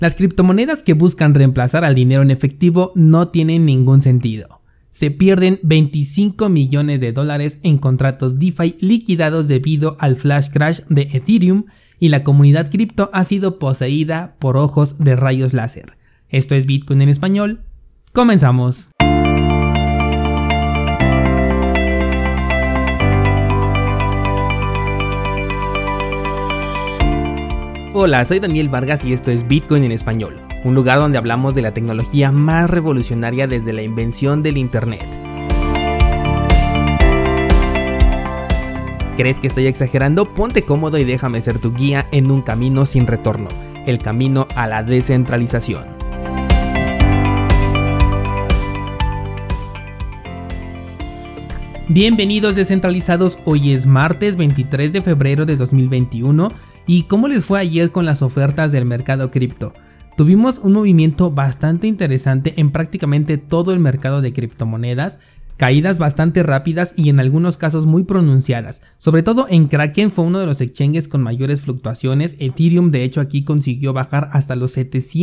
Las criptomonedas que buscan reemplazar al dinero en efectivo no tienen ningún sentido. Se pierden $25 millones en contratos DeFi liquidados debido al flash crash de Ethereum y la comunidad cripto ha sido poseída por ojos de rayos láser. Esto es Bitcoin en español. Comenzamos. Hola, soy Daniel Vargas y esto es Bitcoin en español, un lugar donde hablamos de la tecnología más revolucionaria desde la invención del Internet. ¿Crees que estoy exagerando? Ponte cómodo y déjame ser tu guía en un camino sin retorno, el camino a la descentralización. Bienvenidos descentralizados, hoy es martes 23 de febrero de 2021 y ¿cómo les fue ayer con las ofertas del mercado cripto? Tuvimos un movimiento bastante interesante en prácticamente todo el mercado de criptomonedas, caídas bastante rápidas y en algunos casos muy pronunciadas, sobre todo en Kraken fue uno de los exchanges con mayores fluctuaciones. Ethereum de hecho aquí consiguió bajar hasta los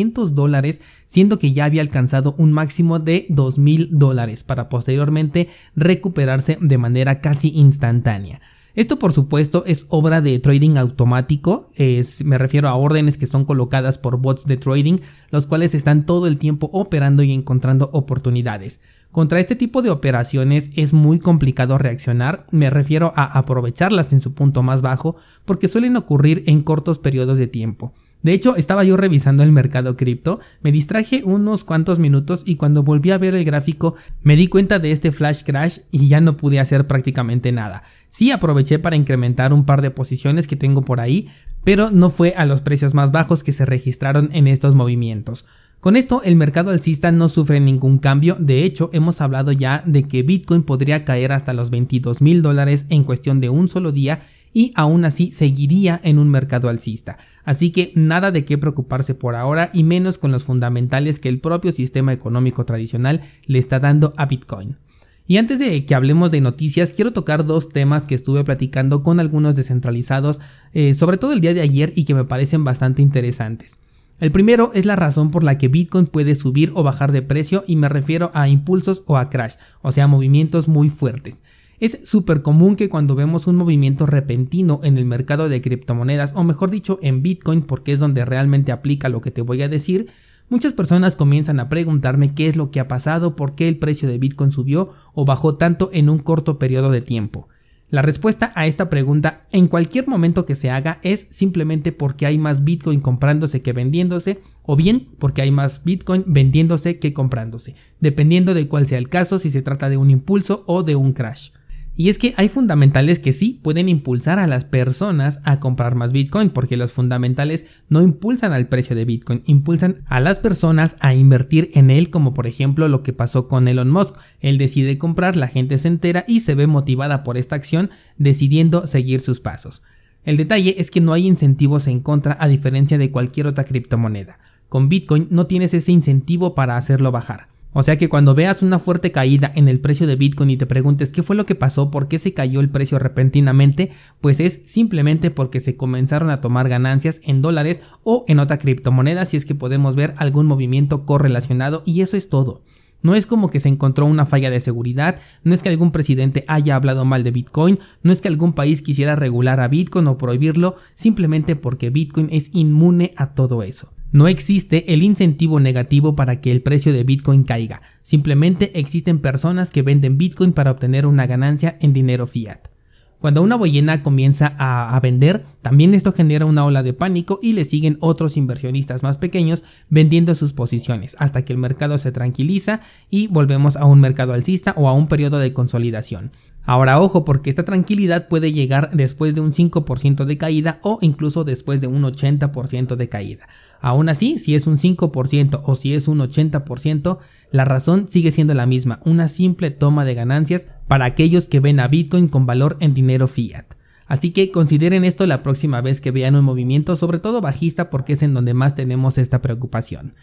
$700, siendo que ya había alcanzado un máximo de $2,000 para posteriormente recuperarse de manera casi instantánea. Esto por supuesto es obra de trading automático, me refiero a órdenes que son colocadas por bots de trading, los cuales están todo el tiempo operando y encontrando oportunidades. Contra este tipo de operaciones es muy complicado reaccionar, me refiero a aprovecharlas en su punto más bajo porque suelen ocurrir en cortos periodos de tiempo. De hecho, estaba yo revisando el mercado cripto, me distraje unos cuantos minutos y cuando volví a ver el gráfico me di cuenta de este flash crash y ya no pude hacer prácticamente nada. Sí aproveché para incrementar un par de posiciones que tengo por ahí, pero no fue a los precios más bajos que se registraron en estos movimientos. Con esto el mercado alcista no sufre ningún cambio, de hecho hemos hablado ya de que Bitcoin podría caer hasta los $22,000 en cuestión de un solo día y aún así seguiría en un mercado alcista. Así que nada de qué preocuparse por ahora y menos con los fundamentales que el propio sistema económico tradicional le está dando a Bitcoin. Y antes de que hablemos de noticias, quiero tocar dos temas que estuve platicando con algunos descentralizados, sobre todo el día de ayer y que me parecen bastante interesantes. El primero es la razón por la que Bitcoin puede subir o bajar de precio y me refiero a impulsos o a crash, o sea movimientos muy fuertes. Es súper común que cuando vemos un movimiento repentino en el mercado de criptomonedas, o mejor dicho en Bitcoin porque es donde realmente aplica lo que te voy a decir, muchas personas comienzan a preguntarme qué es lo que ha pasado, por qué el precio de Bitcoin subió o bajó tanto en un corto periodo de tiempo. La respuesta a esta pregunta en cualquier momento que se haga es simplemente porque hay más Bitcoin comprándose que vendiéndose o bien porque hay más Bitcoin vendiéndose que comprándose, dependiendo de cuál sea el caso, si se trata de un impulso o de un crash. Y es que hay fundamentales que sí pueden impulsar a las personas a comprar más Bitcoin, porque los fundamentales no impulsan al precio de Bitcoin, impulsan a las personas a invertir en él, como por ejemplo lo que pasó con Elon Musk. Él decide comprar, la gente se entera y se ve motivada por esta acción, decidiendo seguir sus pasos. El detalle es que no hay incentivos en contra a diferencia de cualquier otra criptomoneda. Con Bitcoin no tienes ese incentivo para hacerlo bajar. O sea que cuando veas una fuerte caída en el precio de Bitcoin y te preguntes qué fue lo que pasó, por qué se cayó el precio repentinamente, pues es simplemente porque se comenzaron a tomar ganancias en dólares o en otra criptomoneda si es que podemos ver algún movimiento correlacionado y eso es todo. No es como que se encontró una falla de seguridad, no es que algún presidente haya hablado mal de Bitcoin, no es que algún país quisiera regular a Bitcoin o prohibirlo, simplemente porque Bitcoin es inmune a todo eso. No existe el incentivo negativo para que el precio de Bitcoin caiga, simplemente existen personas que venden Bitcoin para obtener una ganancia en dinero fiat. Cuando una ballena comienza a vender, también esto genera una ola de pánico y le siguen otros inversionistas más pequeños vendiendo sus posiciones hasta que el mercado se tranquiliza y volvemos a un mercado alcista o a un periodo de consolidación. Ahora ojo porque esta tranquilidad puede llegar después de un 5% de caída o incluso después de un 80% de caída. Aún así, si es un 5% o si es un 80%, la razón sigue siendo la misma, una simple toma de ganancias para aquellos que ven a Bitcoin con valor en dinero fiat. Así que consideren esto la próxima vez que vean un movimiento, sobre todo bajista porque es en donde más tenemos esta preocupación.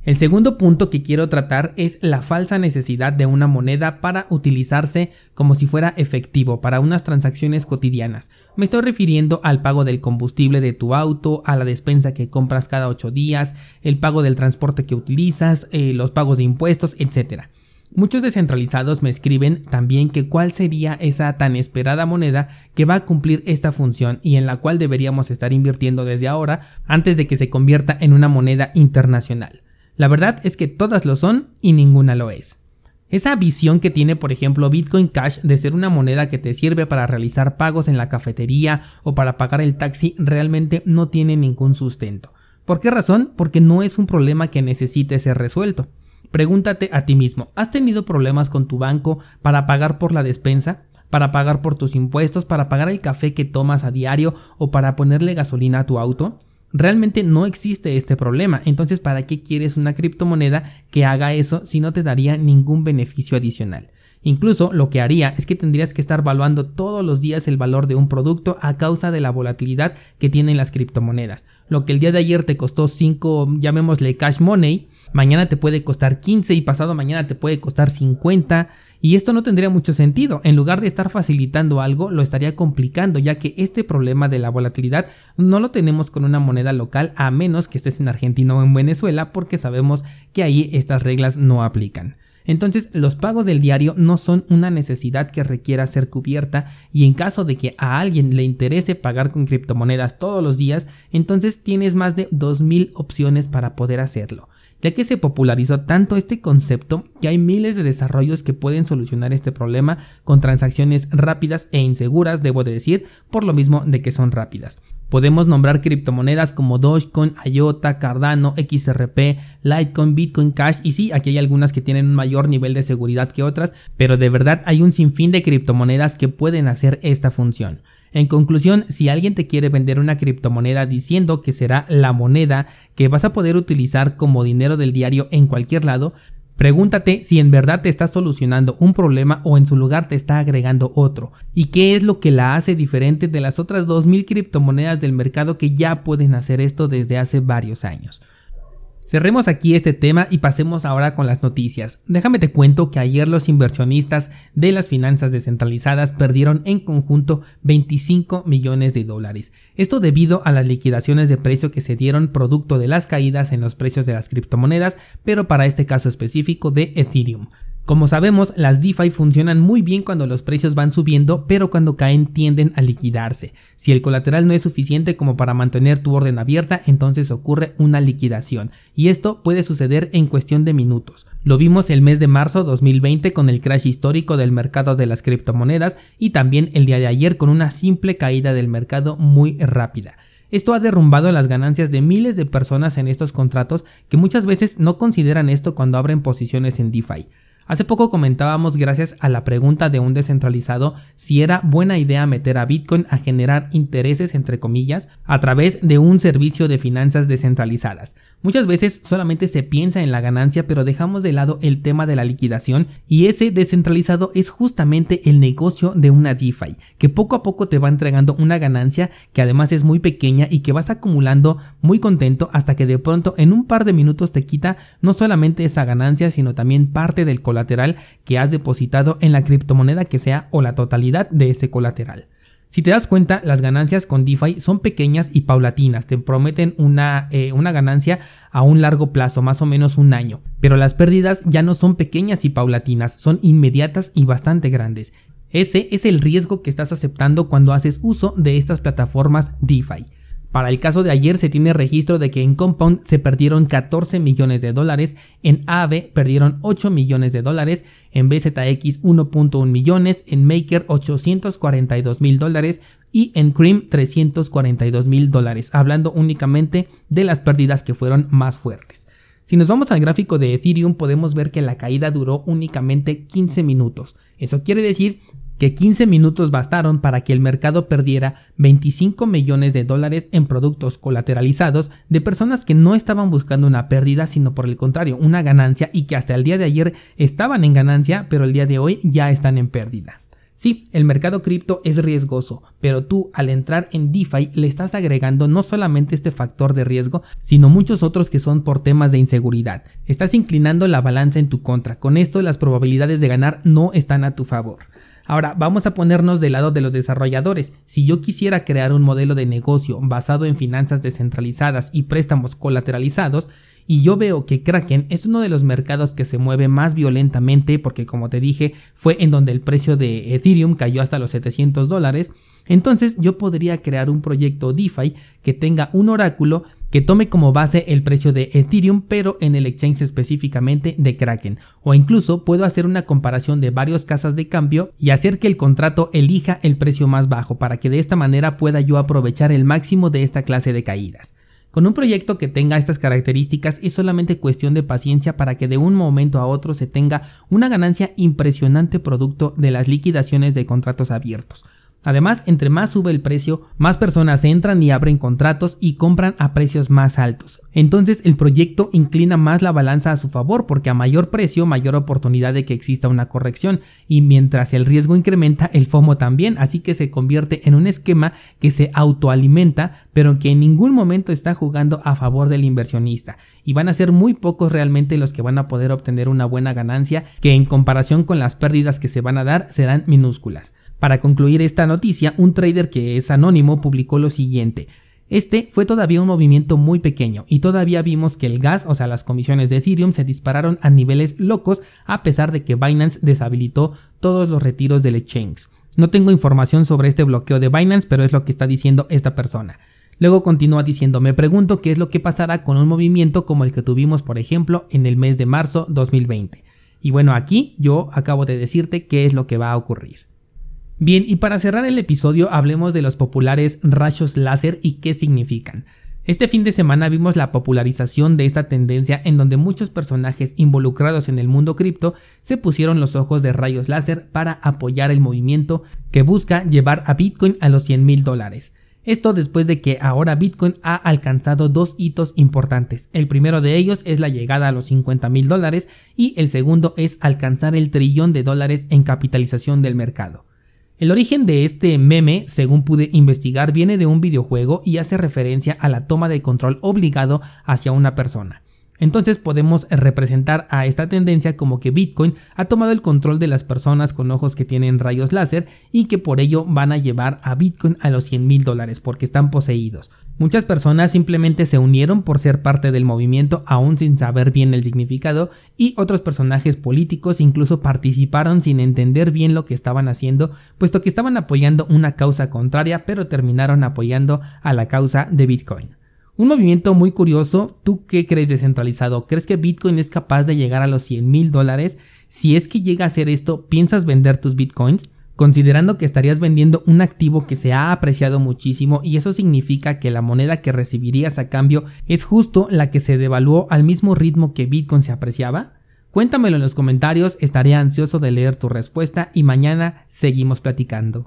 El segundo punto que quiero tratar es la falsa necesidad de una moneda para utilizarse como si fuera efectivo para unas transacciones cotidianas. Me estoy refiriendo al pago del combustible de tu auto, a la despensa que compras cada 8 días, el pago del transporte que utilizas, los pagos de impuestos, etc. Muchos descentralizados me escriben también que cuál sería esa tan esperada moneda que va a cumplir esta función y en la cual deberíamos estar invirtiendo desde ahora antes de que se convierta en una moneda internacional. La verdad es que todas lo son y ninguna lo es. Esa visión que tiene, por ejemplo, Bitcoin Cash de ser una moneda que te sirve para realizar pagos en la cafetería o para pagar el taxi realmente no tiene ningún sustento. ¿Por qué razón? Porque no es un problema que necesite ser resuelto. Pregúntate a ti mismo, ¿has tenido problemas con tu banco para pagar por la despensa? ¿Para pagar por tus impuestos? ¿Para pagar el café que tomas a diario? ¿O para ponerle gasolina a tu auto? Realmente no existe este problema, entonces ¿para qué quieres una criptomoneda que haga eso si no te daría ningún beneficio adicional? Incluso lo que haría es que tendrías que estar valuando todos los días el valor de un producto a causa de la volatilidad que tienen las criptomonedas. Lo que el día de ayer te costó 5, llamémosle cash money, mañana te puede costar 15 y pasado mañana te puede costar 50. Y esto no tendría mucho sentido. En lugar de estar facilitando algo, lo estaría complicando, ya que este problema de la volatilidad no lo tenemos con una moneda local, a menos que estés en Argentina o en Venezuela, porque sabemos que ahí estas reglas no aplican. Entonces, los pagos del diario no son una necesidad que requiera ser cubierta, y en caso de que a alguien le interese pagar con criptomonedas todos los días, entonces tienes más de 2000 opciones para poder hacerlo. Ya que se popularizó tanto este concepto que hay miles de desarrollos que pueden solucionar este problema con transacciones rápidas e inseguras, debo de decir, por lo mismo de que son rápidas. Podemos nombrar criptomonedas como Dogecoin, IOTA, Cardano, XRP, Litecoin, Bitcoin Cash, y sí, aquí hay algunas que tienen un mayor nivel de seguridad que otras, pero de verdad hay un sinfín de criptomonedas que pueden hacer esta función. En conclusión, si alguien te quiere vender una criptomoneda diciendo que será la moneda que vas a poder utilizar como dinero del diario en cualquier lado, pregúntate si en verdad te está solucionando un problema o en su lugar te está agregando otro, y qué es lo que la hace diferente de las otras 2000 criptomonedas del mercado que ya pueden hacer esto desde hace varios años. Cerremos aquí este tema y pasemos ahora con las noticias. Déjame te cuento que ayer los inversionistas de las finanzas descentralizadas perdieron en conjunto $25 millones. Esto debido a las liquidaciones de precio que se dieron producto de las caídas en los precios de las criptomonedas, pero para este caso específico de Ethereum. Como sabemos, las DeFi funcionan muy bien cuando los precios van subiendo, pero cuando caen tienden a liquidarse. Si el colateral no es suficiente como para mantener tu orden abierta, entonces ocurre una liquidación, y esto puede suceder en cuestión de minutos. Lo vimos el mes de marzo 2020 con el crash histórico del mercado de las criptomonedas y también el día de ayer con una simple caída del mercado muy rápida. Esto ha derrumbado las ganancias de miles de personas en estos contratos que muchas veces no consideran esto cuando abren posiciones en DeFi. Hace poco comentábamos, gracias a la pregunta de un descentralizado, si era buena idea meter a Bitcoin a generar intereses, entre comillas, a través de un servicio de finanzas descentralizadas. Muchas veces solamente se piensa en la ganancia, pero dejamos de lado el tema de la liquidación, y ese descentralizado es justamente el negocio de una DeFi, que poco a poco te va entregando una ganancia que además es muy pequeña y que vas acumulando muy contento hasta que de pronto en un par de minutos te quita no solamente esa ganancia, sino también parte del colateral que has depositado en la criptomoneda que sea o la totalidad de ese colateral. Si te das cuenta, las ganancias con DeFi son pequeñas y paulatinas, te prometen una ganancia a un largo plazo, más o menos un año, pero las pérdidas ya no son pequeñas y paulatinas, son inmediatas y bastante grandes. Ese es el riesgo que estás aceptando cuando haces uso de estas plataformas DeFi. Para el caso de ayer se tiene registro de que en Compound se perdieron $14 millones, en Aave perdieron $8 millones, en BZX 1.1 millones, en Maker $842,000 y en Cream $342,000, hablando únicamente de las pérdidas que fueron más fuertes. Si nos vamos al gráfico de Ethereum podemos ver que la caída duró únicamente 15 minutos. Eso quiere decir que 15 minutos bastaron para que el mercado perdiera $25 millones en productos colateralizados de personas que no estaban buscando una pérdida, sino por el contrario, una ganancia, y que hasta el día de ayer estaban en ganancia, pero el día de hoy ya están en pérdida. Sí, el mercado cripto es riesgoso, pero tú al entrar en DeFi le estás agregando no solamente este factor de riesgo, sino muchos otros que son por temas de inseguridad. Estás inclinando la balanza en tu contra. Con esto las probabilidades de ganar no están a tu favor. Ahora vamos a ponernos del lado de los desarrolladores. Si yo quisiera crear un modelo de negocio basado en finanzas descentralizadas y préstamos colateralizados, y yo veo que Kraken es uno de los mercados que se mueve más violentamente porque, como te dije, fue en donde el precio de Ethereum cayó hasta los $700, entonces yo podría crear un proyecto DeFi que tenga un oráculo que tome como base el precio de Ethereum, pero en el exchange específicamente de Kraken. O incluso puedo hacer una comparación de varias casas de cambio y hacer que el contrato elija el precio más bajo para que de esta manera pueda yo aprovechar el máximo de esta clase de caídas. Con un proyecto que tenga estas características es solamente cuestión de paciencia para que de un momento a otro se tenga una ganancia impresionante producto de las liquidaciones de contratos abiertos. Además, entre más sube el precio, más personas entran y abren contratos y compran a precios más altos. Entonces el proyecto inclina más la balanza a su favor porque a mayor precio, mayor oportunidad de que exista una corrección, y mientras el riesgo incrementa, el FOMO también, así que se convierte en un esquema que se autoalimenta, pero que en ningún momento está jugando a favor del inversionista, y van a ser muy pocos realmente los que van a poder obtener una buena ganancia, que en comparación con las pérdidas que se van a dar serán minúsculas. Para concluir esta noticia, un trader que es anónimo publicó lo siguiente: este fue todavía un movimiento muy pequeño y todavía vimos que el gas, o sea las comisiones de Ethereum, se dispararon a niveles locos a pesar de que Binance deshabilitó todos los retiros del exchange. No tengo información sobre este bloqueo de Binance, pero es lo que está diciendo esta persona. Luego continúa diciendo: me pregunto qué es lo que pasará con un movimiento como el que tuvimos por ejemplo en el mes de marzo 2020. Y bueno, aquí yo acabo de decirte qué es lo que va a ocurrir. Bien, y para cerrar el episodio hablemos de los populares rayos láser y qué significan. Este fin de semana vimos la popularización de esta tendencia en donde muchos personajes involucrados en el mundo cripto se pusieron los ojos de rayos láser para apoyar el movimiento que busca llevar a Bitcoin a los $100,000. Esto después de que ahora Bitcoin ha alcanzado dos hitos importantes. El primero de ellos es la llegada a los $50,000 y el segundo es alcanzar el $1 trillón en capitalización del mercado. El origen de este meme, según pude investigar, viene de un videojuego y hace referencia a la toma de control obligado hacia una persona. Entonces podemos representar a esta tendencia como que Bitcoin ha tomado el control de las personas con ojos que tienen rayos láser y que por ello van a llevar a Bitcoin a los $100,000 porque están poseídos. Muchas personas simplemente se unieron por ser parte del movimiento aún sin saber bien el significado, y otros personajes políticos incluso participaron sin entender bien lo que estaban haciendo, puesto que estaban apoyando una causa contraria, pero terminaron apoyando a la causa de Bitcoin. Un movimiento muy curioso. ¿Tú qué crees descentralizado? ¿Crees que Bitcoin es capaz de llegar a los $100,000? Si es que llega a hacer esto, ¿piensas vender tus Bitcoins? Considerando que estarías vendiendo un activo que se ha apreciado muchísimo, y eso significa que la moneda que recibirías a cambio es justo la que se devaluó al mismo ritmo que Bitcoin se apreciaba. Cuéntamelo en los comentarios, estaré ansioso de leer tu respuesta y mañana seguimos platicando.